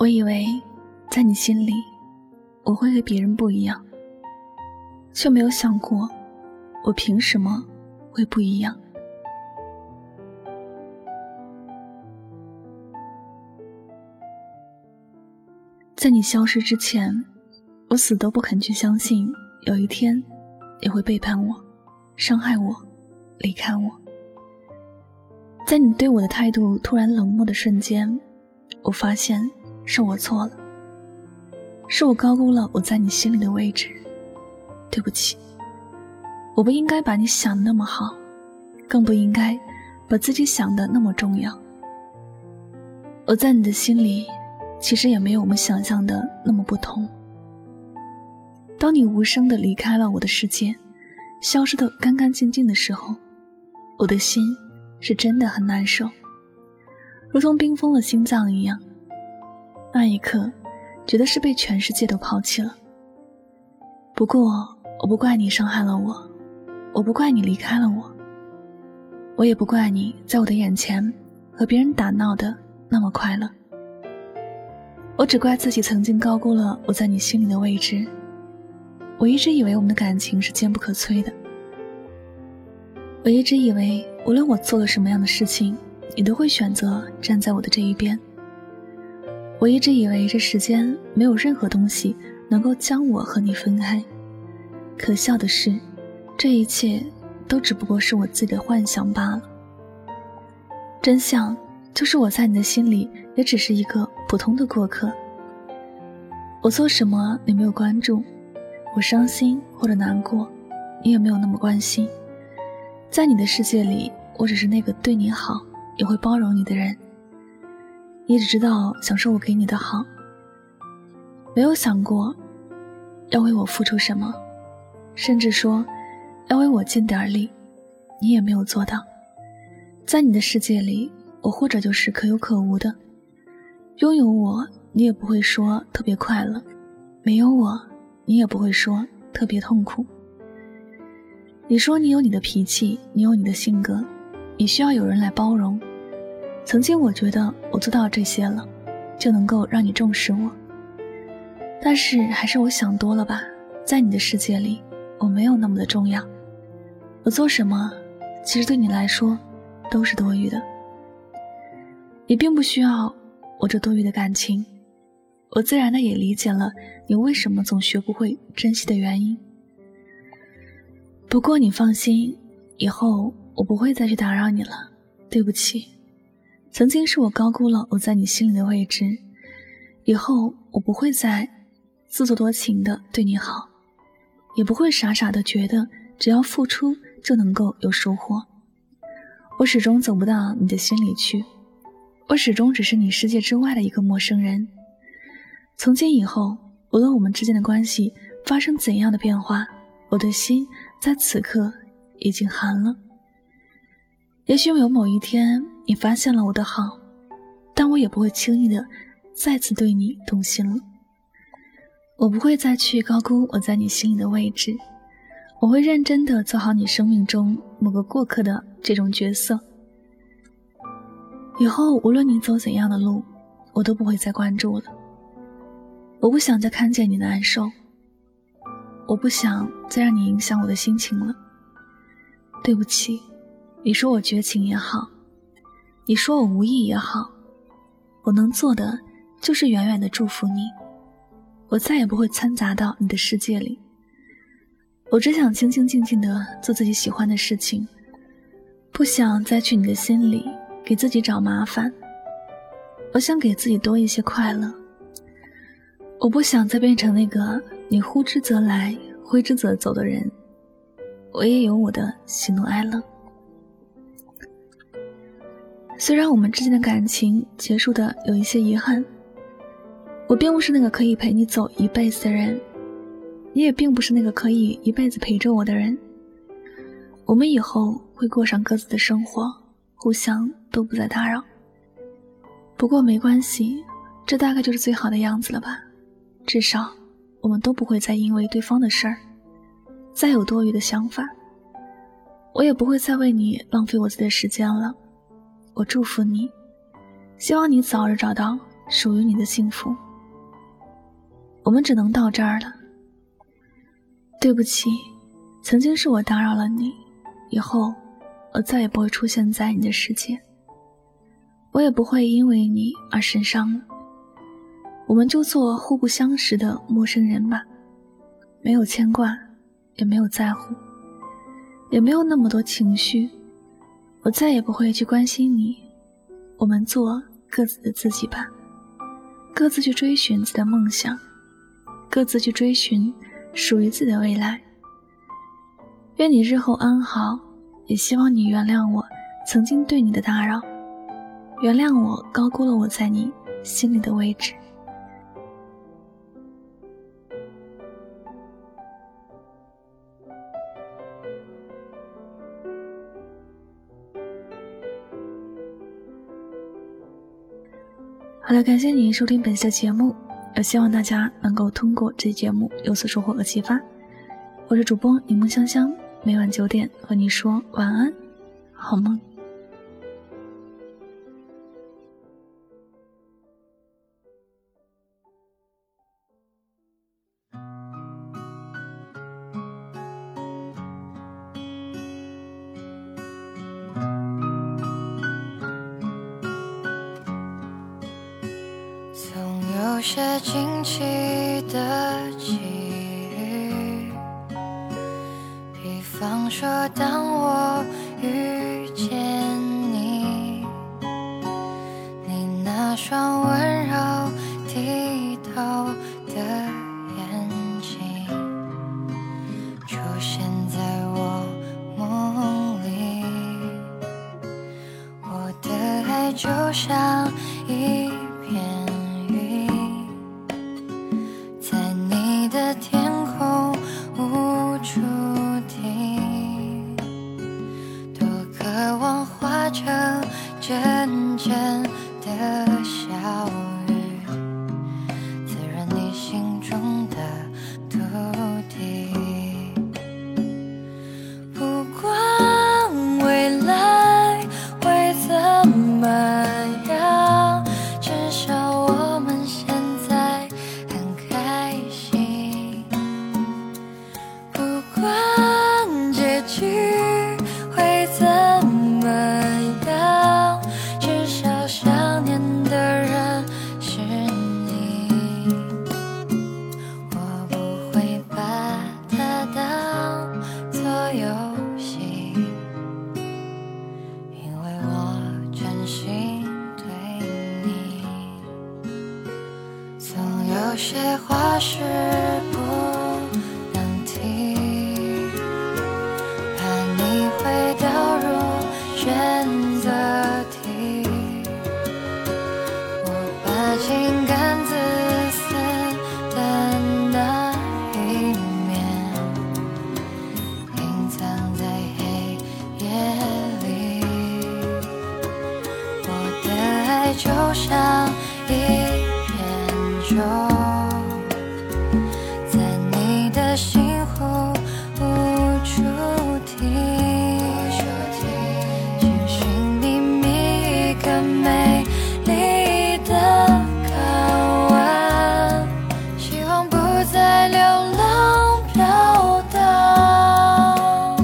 我以为在你心里我会和别人不一样，却没有想过我凭什么会不一样。在你消失之前，我死都不肯去相信有一天你会背叛我，伤害我，离开我。在你对我的态度突然冷漠的瞬间，我发现是我错了，是我高估了我在你心里的位置。对不起，我不应该把你想得那么好，更不应该把自己想得那么重要。我在你的心里其实也没有我们想象的那么不同。当你无声地离开了我的世界，消失得干干净净的时候，我的心是真的很难受，如同冰封了心脏一样。那一刻觉得是被全世界都抛弃了。不过我不怪你伤害了我，我不怪你离开了我，我也不怪你在我的眼前和别人打闹的那么快乐。我只怪自己曾经高估了我在你心里的位置。我一直以为我们的感情是坚不可摧的，我一直以为无论我做了什么样的事情，你都会选择站在我的这一边。我一直以为这世间没有任何东西能够将我和你分开。可笑的是，这一切都只不过是我自己的幻想罢了。真相就是我在你的心里也只是一个普通的过客。我做什么你没有关注，我伤心或者难过你也没有那么关心。在你的世界里，我只是那个对你好也会包容你的人。你只知道享受我给你的好，没有想过要为我付出什么，甚至说要为我尽点力，你也没有做到。在你的世界里，我或者就是可有可无的，拥有我你也不会说特别快乐，没有我你也不会说特别痛苦。你说你有你的脾气，你有你的性格，你需要有人来包容。曾经我觉得我做到这些了，就能够让你重视我。但是还是我想多了吧，在你的世界里，我没有那么的重要。我做什么，其实对你来说都是多余的。你并不需要我这多余的感情，我自然的也理解了你为什么总学不会珍惜的原因。不过你放心，以后我不会再去打扰你了。对不起，曾经是我高估了我在你心里的位置，以后我不会再自作多情的对你好，也不会傻傻的觉得只要付出就能够有收获。我始终走不到你的心里去，我始终只是你世界之外的一个陌生人。从今以后，无论我们之间的关系发生怎样的变化，我的心在此刻已经寒了。也许有某一天你发现了我的好，但我也不会轻易的再次对你动心了。我不会再去高估我在你心里的位置，我会认真的做好你生命中某个过客的这种角色。以后无论你走怎样的路，我都不会再关注了。我不想再看见你难受，我不想再让你影响我的心情了。对不起，你说我绝情也好，你说我无意也好，我能做的就是远远的祝福你。我再也不会掺杂到你的世界里，我只想清清静静的做自己喜欢的事情，不想再去你的心里给自己找麻烦。我想给自己多一些快乐，我不想再变成那个你呼之则来挥之则走的人。我也有我的喜怒哀乐。虽然我们之间的感情结束的有一些遗憾，我并不是那个可以陪你走一辈子的人，你也并不是那个可以一辈子陪着我的人。我们以后会过上各自的生活，互相都不再打扰。不过没关系，这大概就是最好的样子了吧。至少我们都不会再因为对方的事儿再有多余的想法，我也不会再为你浪费我自己的时间了。我祝福你，希望你早日找到属于你的幸福。我们只能到这儿了。对不起，曾经是我打扰了你，以后我再也不会出现在你的世界，我也不会因为你而神伤了。我们就做互不相识的陌生人吧，没有牵挂，也没有在乎，也没有那么多情绪。我再也不会去关心你，我们做各自的自己吧，各自去追寻自己的梦想，各自去追寻属于自己的未来。愿你日后安好，也希望你原谅我曾经对你的打扰，原谅我高估了我在你心里的位置。好了，感谢你收听本期的节目，也希望大家能够通过这期节目有所收获和启发。我是主播柠檬香香，每晚9点和你说晚安，好梦。 有些惊奇的际遇，比方说当我遇见你，你那双温柔剔透的眼睛出现在我梦里，我的爱就像一片阵阵的小雨，滋润你心中的土地。不管未来会怎么样，至少我们现在很开心。不管结局会怎么样，想念的人是你，我不会把它当作游戏，因为我真心对你。总有些话是不能提，怕你会掉入选择题，情感自私的那一面，隐藏在黑夜里。我的爱就像一片舟，在你的心湖无处停，寻寻觅觅一个美丽的在流浪飘荡。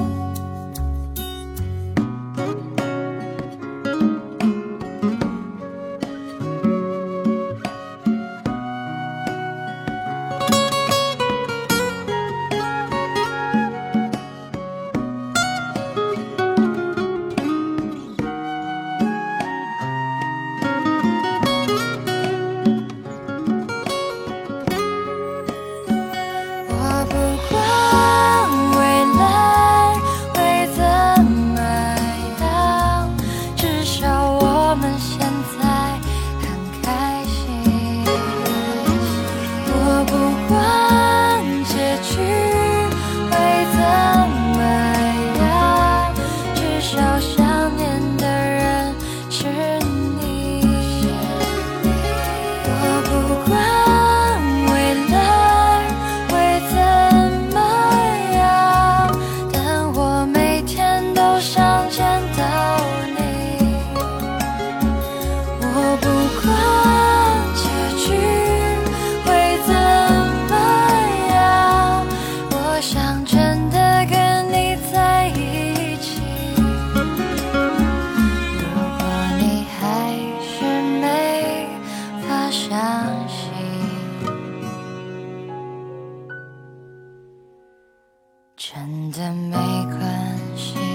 想真的跟你在一起。如果你还是没法相信，真的没关系。